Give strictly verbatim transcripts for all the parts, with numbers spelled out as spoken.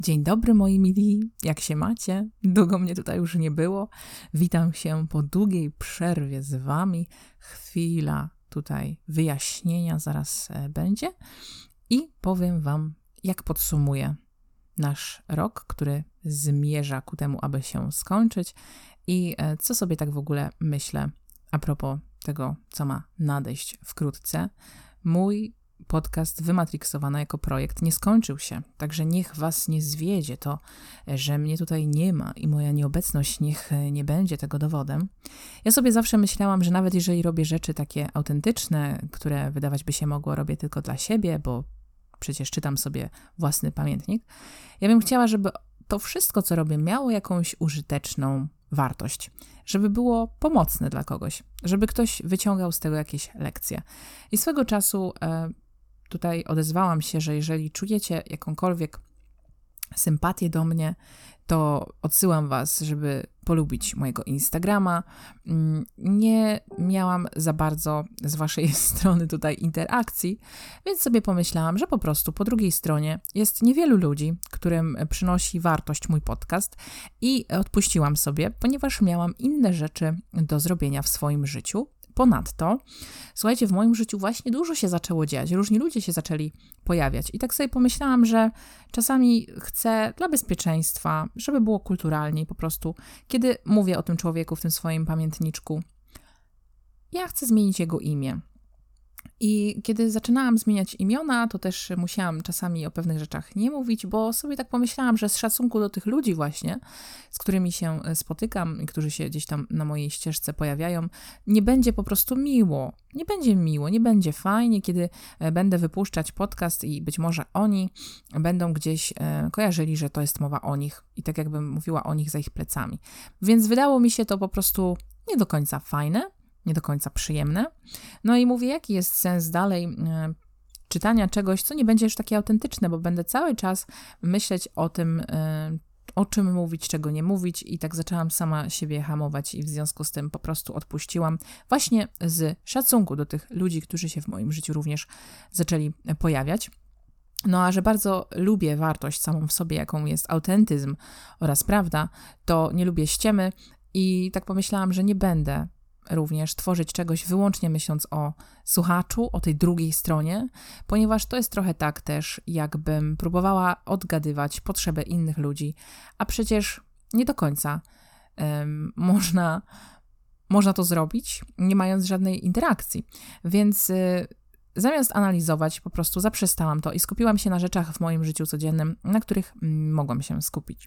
Dzień dobry moi mili, jak się macie? Długo mnie tutaj już nie było. Witam się po długiej przerwie z wami. Chwila tutaj wyjaśnienia zaraz będzie i powiem wam, jak podsumuję nasz rok, który zmierza ku temu, aby się skończyć i co sobie tak w ogóle myślę a propos tego, co ma nadejść wkrótce. Mój podcast Wymatriksowana jako projekt nie skończył się, także niech was nie zwiedzie to, że mnie tutaj nie ma i moja nieobecność niech nie będzie tego dowodem. Ja sobie zawsze myślałam, że nawet jeżeli robię rzeczy takie autentyczne, które wydawać by się mogło robię tylko dla siebie, bo przecież czytam sobie własny pamiętnik, ja bym chciała, żeby to wszystko, co robię, miało jakąś użyteczną wartość, żeby było pomocne dla kogoś, żeby ktoś wyciągał z tego jakieś lekcje. I swego czasu e, tutaj odezwałam się, że jeżeli czujecie jakąkolwiek sympatię do mnie, to odsyłam was, żeby polubić mojego Instagrama. Nie miałam za bardzo z waszej strony tutaj interakcji, więc sobie pomyślałam, że po prostu po drugiej stronie jest niewielu ludzi, którym przynosi wartość mój podcast i odpuściłam sobie, ponieważ miałam inne rzeczy do zrobienia w swoim życiu. Ponadto, słuchajcie, w moim życiu właśnie dużo się zaczęło dziać, różni ludzie się zaczęli pojawiać i tak sobie pomyślałam, że czasami chcę dla bezpieczeństwa, żeby było kulturalniej po prostu, kiedy mówię o tym człowieku w tym swoim pamiętniczku, ja chcę zmienić jego imię. I kiedy zaczynałam zmieniać imiona, to też musiałam czasami o pewnych rzeczach nie mówić, bo sobie tak pomyślałam, że z szacunku do tych ludzi właśnie, z którymi się spotykam i którzy się gdzieś tam na mojej ścieżce pojawiają, nie będzie po prostu miło. Nie będzie miło, nie będzie fajnie, kiedy będę wypuszczać podcast i być może oni będą gdzieś kojarzyli, że to jest mowa o nich i tak jakbym mówiła o nich za ich plecami. Więc wydało mi się to po prostu nie do końca fajne, nie do końca przyjemne. No i mówię, jaki jest sens dalej e, czytania czegoś, co nie będzie już takie autentyczne, bo będę cały czas myśleć o tym, e, o czym mówić, czego nie mówić i tak zaczęłam sama siebie hamować i w związku z tym po prostu odpuściłam właśnie z szacunku do tych ludzi, którzy się w moim życiu również zaczęli pojawiać. No a że bardzo lubię wartość samą w sobie, jaką jest autentyzm oraz prawda, to nie lubię ściemy i tak pomyślałam, że nie będę również tworzyć czegoś wyłącznie myśląc o słuchaczu, o tej drugiej stronie, ponieważ to jest trochę tak też, jakbym próbowała odgadywać potrzeby innych ludzi, a przecież nie do końca um, można, można to zrobić, nie mając żadnej interakcji. Więc y, zamiast analizować, po prostu zaprzestałam to i skupiłam się na rzeczach w moim życiu codziennym, na których mm, mogłam się skupić.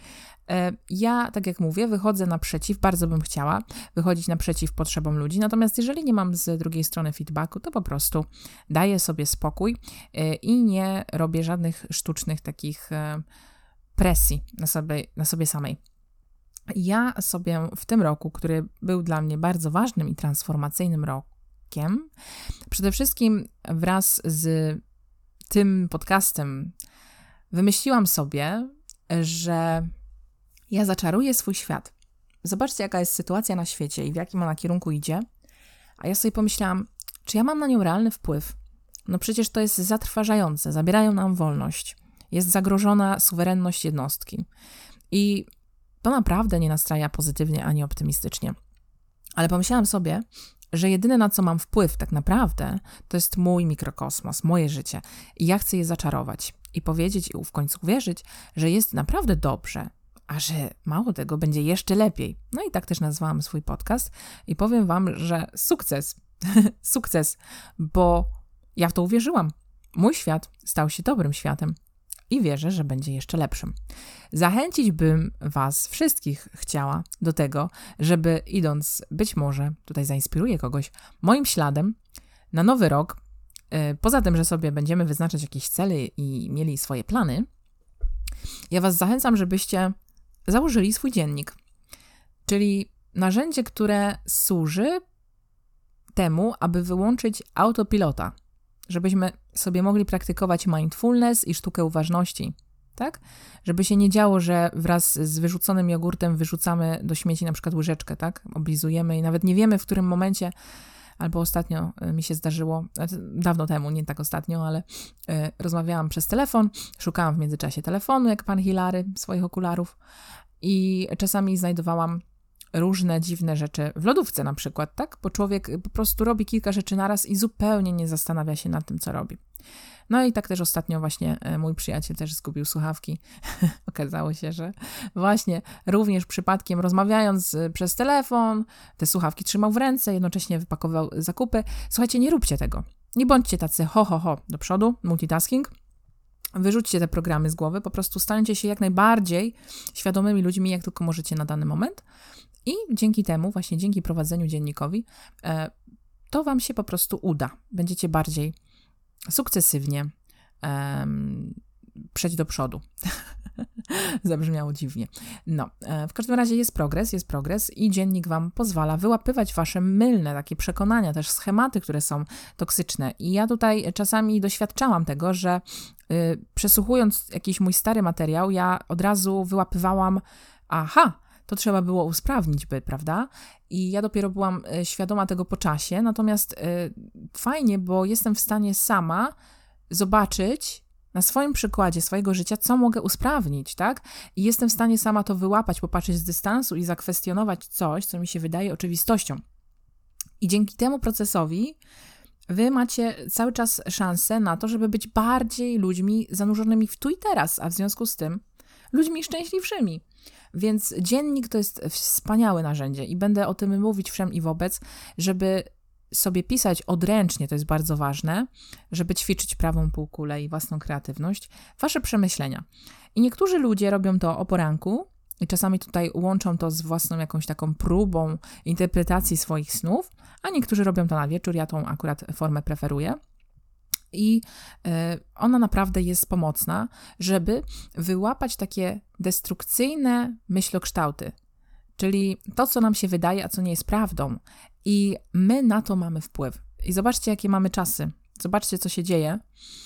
Ja, tak jak mówię, wychodzę naprzeciw, bardzo bym chciała wychodzić naprzeciw potrzebom ludzi, natomiast jeżeli nie mam z drugiej strony feedbacku, to po prostu daję sobie spokój i nie robię żadnych sztucznych takich presji na sobie, na sobie samej. Ja sobie w tym roku, który był dla mnie bardzo ważnym i transformacyjnym rokiem, przede wszystkim wraz z tym podcastem wymyśliłam sobie, że ja zaczaruję swój świat. Zobaczcie, jaka jest sytuacja na świecie i w jakim ona kierunku idzie. A ja sobie pomyślałam, czy ja mam na nią realny wpływ? No przecież to jest zatrważające, zabierają nam wolność. Jest zagrożona suwerenność jednostki. I to naprawdę nie nastraja pozytywnie ani optymistycznie. Ale pomyślałam sobie, że jedyne na co mam wpływ tak naprawdę, to jest mój mikrokosmos, moje życie. I ja chcę je zaczarować i powiedzieć i w końcu uwierzyć, że jest naprawdę dobrze. A że mało tego, będzie jeszcze lepiej. No i tak też nazwałam swój podcast i powiem wam, że sukces, sukces, bo ja w to uwierzyłam. Mój świat stał się dobrym światem i wierzę, że będzie jeszcze lepszym. Zachęcić bym was wszystkich chciała do tego, żeby idąc, być może, tutaj zainspiruję kogoś, moim śladem na nowy rok, yy, poza tym, że sobie będziemy wyznaczać jakieś cele i mieli swoje plany, ja was zachęcam, żebyście założyli swój dziennik, czyli narzędzie, które służy temu, aby wyłączyć autopilota, żebyśmy sobie mogli praktykować mindfulness i sztukę uważności, tak? Żeby się nie działo, że wraz z wyrzuconym jogurtem wyrzucamy do śmieci na przykład łyżeczkę, tak? Oblizujemy i nawet nie wiemy, w którym momencie albo ostatnio mi się zdarzyło, dawno temu, nie tak ostatnio, ale rozmawiałam przez telefon, szukałam w międzyczasie telefonu, jak pan Hilary, swoich okularów i czasami znajdowałam różne dziwne rzeczy w lodówce na przykład, tak? Bo człowiek po prostu robi kilka rzeczy naraz i zupełnie nie zastanawia się nad tym, co robi. No i tak też ostatnio właśnie mój przyjaciel też zgubił słuchawki. Okazało się, że właśnie również przypadkiem rozmawiając przez telefon, te słuchawki trzymał w ręce, jednocześnie wypakował zakupy. Słuchajcie, nie róbcie tego. Nie bądźcie tacy ho, ho, ho do przodu, multitasking. Wyrzućcie te programy z głowy, po prostu stańcie się jak najbardziej świadomymi ludźmi, jak tylko możecie na dany moment. I dzięki temu, właśnie dzięki prowadzeniu dziennikowi, to wam się po prostu uda. Będziecie bardziej sukcesywnie um, przejść do przodu. Zabrzmiało dziwnie. No, w każdym razie jest progres, jest progres i dziennik wam pozwala wyłapywać wasze mylne takie przekonania, też schematy, które są toksyczne. I ja tutaj czasami doświadczałam tego, że y, przesłuchując jakiś mój stary materiał, ja od razu wyłapywałam, aha, to trzeba było usprawnić by, prawda? I ja dopiero byłam świadoma tego po czasie, natomiast y, fajnie, bo jestem w stanie sama zobaczyć na swoim przykładzie swojego życia, co mogę usprawnić, tak? I jestem w stanie sama to wyłapać, popatrzeć z dystansu i zakwestionować coś, co mi się wydaje oczywistością. I dzięki temu procesowi wy macie cały czas szansę na to, żeby być bardziej ludźmi zanurzonymi w tu i teraz, a w związku z tym ludźmi szczęśliwszymi. Więc dziennik to jest wspaniałe narzędzie i będę o tym mówić wszem i wobec, żeby sobie pisać odręcznie, to jest bardzo ważne, żeby ćwiczyć prawą półkulę i własną kreatywność, wasze przemyślenia. I niektórzy ludzie robią to o poranku i czasami tutaj łączą to z własną jakąś taką próbą interpretacji swoich snów, a niektórzy robią to na wieczór, ja tą akurat formę preferuję. I ona naprawdę jest pomocna, żeby wyłapać takie destrukcyjne myślokształty, czyli to, co nam się wydaje, a co nie jest prawdą. I my na to mamy wpływ. I zobaczcie, jakie mamy czasy. Zobaczcie, co się dzieje.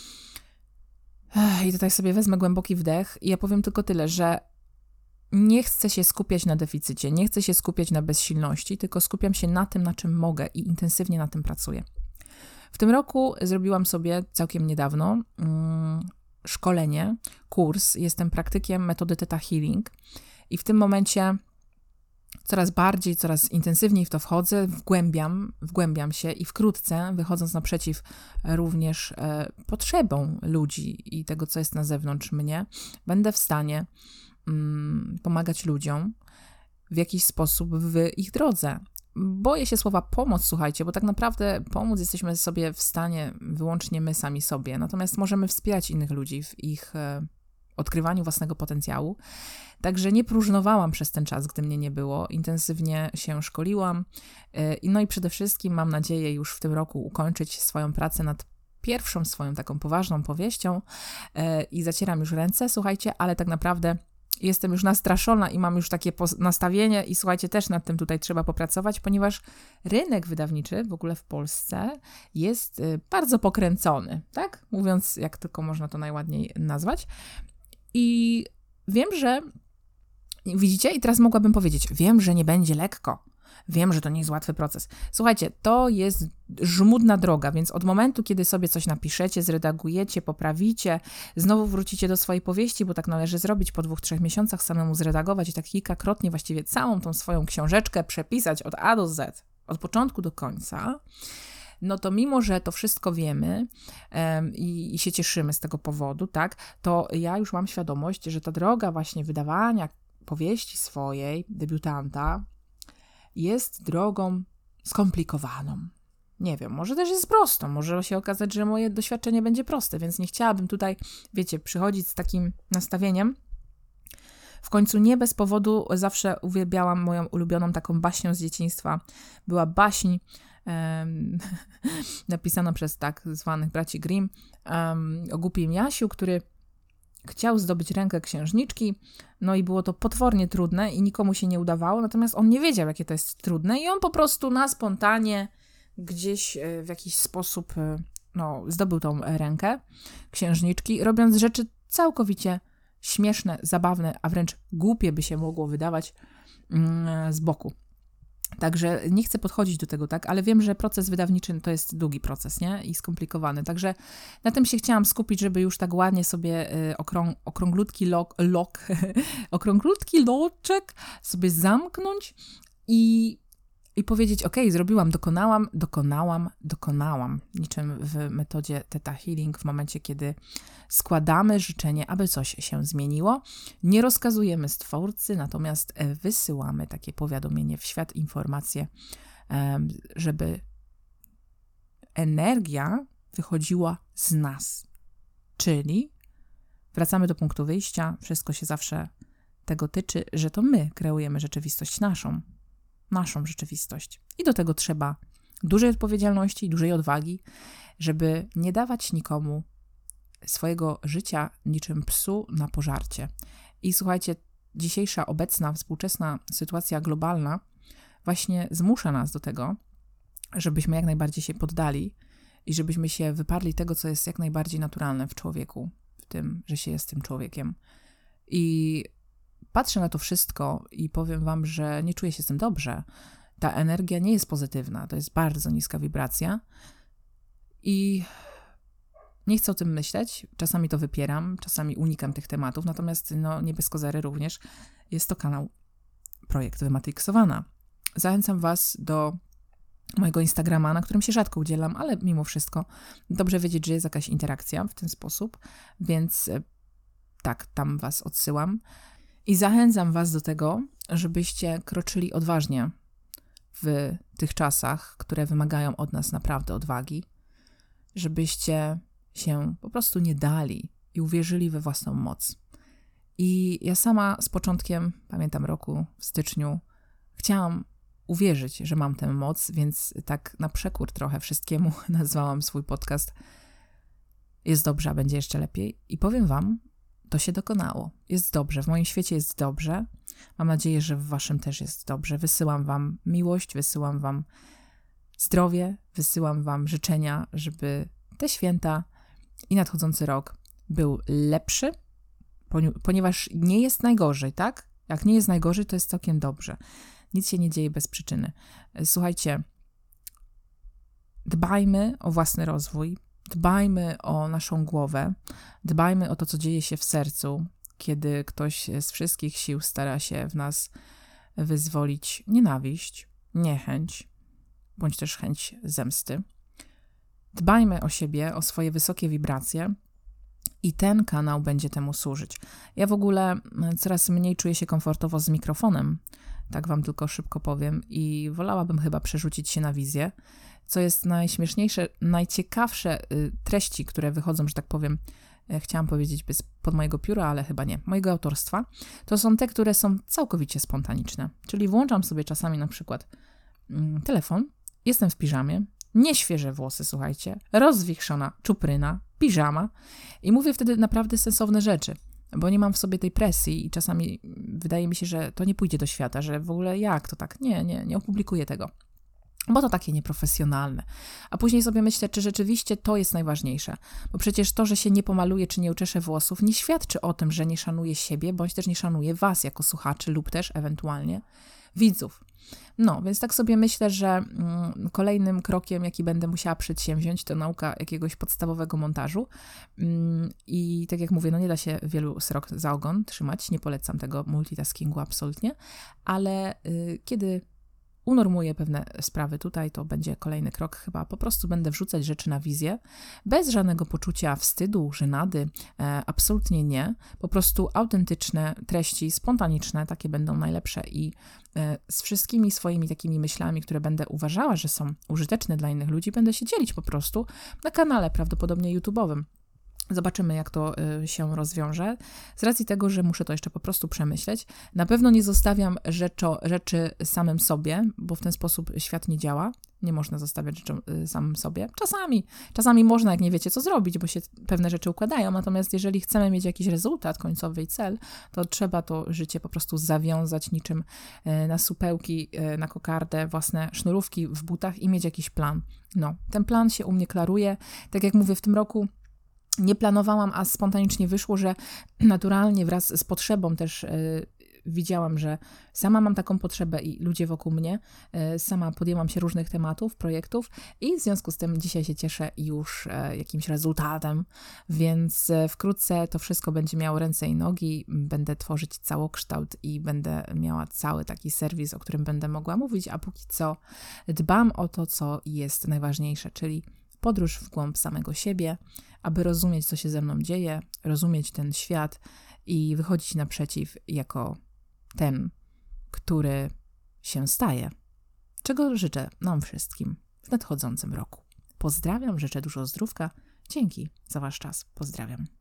I tutaj sobie wezmę głęboki wdech i ja powiem tylko tyle, że nie chcę się skupiać na deficycie, nie chcę się skupiać na bezsilności, tylko skupiam się na tym, na czym mogę i intensywnie na tym pracuję. W tym roku zrobiłam sobie całkiem niedawno mm, szkolenie, kurs. Jestem praktykiem metody Theta Healing i w tym momencie coraz bardziej, coraz intensywniej w to wchodzę, wgłębiam, wgłębiam się i wkrótce, wychodząc naprzeciw również e, potrzebom ludzi i tego, co jest na zewnątrz mnie, będę w stanie mm, pomagać ludziom w jakiś sposób w ich drodze. Boję się słowa pomoc, słuchajcie, bo tak naprawdę pomóc jesteśmy sobie w stanie wyłącznie my sami sobie, natomiast możemy wspierać innych ludzi w ich e, odkrywaniu własnego potencjału. Także nie próżnowałam przez ten czas, gdy mnie nie było, intensywnie się szkoliłam, e, no i przede wszystkim mam nadzieję już w tym roku ukończyć swoją pracę nad pierwszą swoją taką poważną powieścią e, i zacieram już ręce, słuchajcie, ale tak naprawdę jestem już nastraszona i mam już takie nastawienie i słuchajcie, też nad tym tutaj trzeba popracować, ponieważ rynek wydawniczy w ogóle w Polsce jest bardzo pokręcony, tak? Mówiąc, jak tylko można to najładniej nazwać. I wiem, że widzicie, i teraz mogłabym powiedzieć, wiem, że nie będzie lekko. Wiem, że to nie jest łatwy proces. Słuchajcie, to jest żmudna droga, więc od momentu, kiedy sobie coś napiszecie, zredagujecie, poprawicie, znowu wrócicie do swojej powieści, bo tak należy zrobić po dwóch, trzech miesiącach, samemu zredagować i tak kilkakrotnie właściwie całą tą swoją książeczkę przepisać od A do Z, od początku do końca, no to mimo, że to wszystko wiemy um, i, i się cieszymy z tego powodu, tak, to ja już mam świadomość, że ta droga właśnie wydawania powieści swojej, debiutanta, jest drogą skomplikowaną. Nie wiem, może też jest prostą, może się okazać, że moje doświadczenie będzie proste, więc nie chciałabym tutaj, wiecie, przychodzić z takim nastawieniem. W końcu nie bez powodu zawsze uwielbiałam moją ulubioną taką baśnią z dzieciństwa. Była baśń um, napisana przez tak zwanych braci Grimm um, o głupim Jasiu, który chciał zdobyć rękę księżniczki, no i było to potwornie trudne i nikomu się nie udawało, natomiast on nie wiedział, jakie to jest trudne i on po prostu na spontanie gdzieś w jakiś sposób no, zdobył tą rękę księżniczki, robiąc rzeczy całkowicie śmieszne, zabawne, a wręcz głupie by się mogło wydawać mm, z boku. Także nie chcę podchodzić do tego, tak, ale wiem, że proces wydawniczy to jest długi proces, nie? I skomplikowany. Także na tym się chciałam skupić, żeby już tak ładnie sobie y, okrąg, okrąglutki lok, lok okrąglutki loczek sobie zamknąć i, i powiedzieć, ok, zrobiłam, dokonałam, dokonałam, dokonałam. Niczym w metodzie Theta Healing, w momencie, kiedy składamy życzenie, aby coś się zmieniło. Nie rozkazujemy Stwórcy, natomiast wysyłamy takie powiadomienie w świat, informacje, żeby energia wychodziła z nas. Czyli wracamy do punktu wyjścia, wszystko się zawsze tego tyczy, że to my kreujemy rzeczywistość naszą, naszą rzeczywistość. I do tego trzeba dużej odpowiedzialności, dużej odwagi, żeby nie dawać nikomu swojego życia niczym psu na pożarcie. I słuchajcie, dzisiejsza, obecna, współczesna sytuacja globalna właśnie zmusza nas do tego, żebyśmy jak najbardziej się poddali i żebyśmy się wyparli tego, co jest jak najbardziej naturalne w człowieku, w tym, że się jest tym człowiekiem. I patrzę na to wszystko i powiem wam, że nie czuję się z tym dobrze. Ta energia nie jest pozytywna, to jest bardzo niska wibracja i nie chcę o tym myśleć, czasami to wypieram, czasami unikam tych tematów, natomiast no, nie bez kozery również jest to kanał Projekt Wymatrykowana. Zachęcam was do mojego Instagrama, na którym się rzadko udzielam, ale mimo wszystko dobrze wiedzieć, że jest jakaś interakcja w ten sposób, więc tak, tam was odsyłam. I zachęcam was do tego, żebyście kroczyli odważnie w tych czasach, które wymagają od nas naprawdę odwagi, żebyście się po prostu nie dali i uwierzyli we własną moc. I ja sama z początkiem, pamiętam roku, w styczniu, chciałam uwierzyć, że mam tę moc, więc tak na przekór trochę wszystkiemu nazwałam swój podcast Jest dobrze, a będzie jeszcze lepiej. I powiem wam, to się dokonało. Jest dobrze, w moim świecie jest dobrze. Mam nadzieję, że w waszym też jest dobrze. Wysyłam wam miłość, wysyłam wam zdrowie, wysyłam wam życzenia, żeby te święta i nadchodzący rok był lepszy, ponieważ nie jest najgorzej, tak? Jak nie jest najgorzej, to jest całkiem dobrze. Nic się nie dzieje bez przyczyny. Słuchajcie, dbajmy o własny rozwój, dbajmy o naszą głowę, dbajmy o to, co dzieje się w sercu, kiedy ktoś z wszystkich sił stara się w nas wyzwolić nienawiść, niechęć, bądź też chęć zemsty. Dbajmy o siebie, o swoje wysokie wibracje i ten kanał będzie temu służyć. Ja w ogóle coraz mniej czuję się komfortowo z mikrofonem, tak wam tylko szybko powiem, i wolałabym chyba przerzucić się na wizję, co jest najśmieszniejsze, najciekawsze treści, które wychodzą, że tak powiem, chciałam powiedzieć bez pod mojego pióra, ale chyba nie, mojego autorstwa, to są te, które są całkowicie spontaniczne. Czyli włączam sobie czasami na przykład mm, telefon, jestem w piżamie, nieświeże włosy, słuchajcie, rozwichrzona czupryna, piżama i mówię wtedy naprawdę sensowne rzeczy, bo nie mam w sobie tej presji i czasami wydaje mi się, że to nie pójdzie do świata, że w ogóle jak to tak, nie, nie, nie opublikuję tego, bo to takie nieprofesjonalne. A później sobie myślę, czy rzeczywiście to jest najważniejsze, bo przecież to, że się nie pomaluję czy nie uczeszę włosów, nie świadczy o tym, że nie szanuję siebie, bądź też nie szanuję was jako słuchaczy lub też ewentualnie widzów. No, więc tak sobie myślę, że mm, kolejnym krokiem, jaki będę musiała przedsięwziąć, to nauka jakiegoś podstawowego montażu mm, i tak jak mówię, no nie da się wielu srok za ogon trzymać, nie polecam tego multitaskingu absolutnie, ale y, kiedy unormuję pewne sprawy tutaj, to będzie kolejny krok, chyba po prostu będę wrzucać rzeczy na wizję, bez żadnego poczucia wstydu, żenady, e, absolutnie nie, po prostu autentyczne treści, spontaniczne, takie będą najlepsze i e, z wszystkimi swoimi takimi myślami, które będę uważała, że są użyteczne dla innych ludzi, będę się dzielić po prostu na kanale, prawdopodobnie YouTube'owym. Zobaczymy, jak to y, się rozwiąże. Z racji tego, że muszę to jeszcze po prostu przemyśleć. Na pewno nie zostawiam rzeczo, rzeczy samym sobie, bo w ten sposób świat nie działa. Nie można zostawiać rzeczy y, samym sobie. Czasami, czasami można, jak nie wiecie, co zrobić, bo się pewne rzeczy układają. Natomiast jeżeli chcemy mieć jakiś rezultat końcowy i cel, to trzeba to życie po prostu zawiązać niczym y, na supełki, y, na kokardę, własne sznurówki w butach i mieć jakiś plan. No, ten plan się u mnie klaruje. Tak jak mówię, w tym roku nie planowałam, a spontanicznie wyszło, że naturalnie wraz z potrzebą też y, widziałam, że sama mam taką potrzebę i ludzie wokół mnie, sama podjęłam się różnych tematów, projektów i w związku z tym dzisiaj się cieszę już jakimś rezultatem, więc wkrótce to wszystko będzie miało ręce i nogi, będę tworzyć całokształt i będę miała cały taki serwis, o którym będę mogła mówić, a póki co dbam o to, co jest najważniejsze, czyli podróż w głąb samego siebie, aby rozumieć, co się ze mną dzieje, rozumieć ten świat i wychodzić naprzeciw jako ten, który się staje. Czego życzę nam wszystkim w nadchodzącym roku. Pozdrawiam, życzę dużo zdrówka. Dzięki za wasz czas. Pozdrawiam.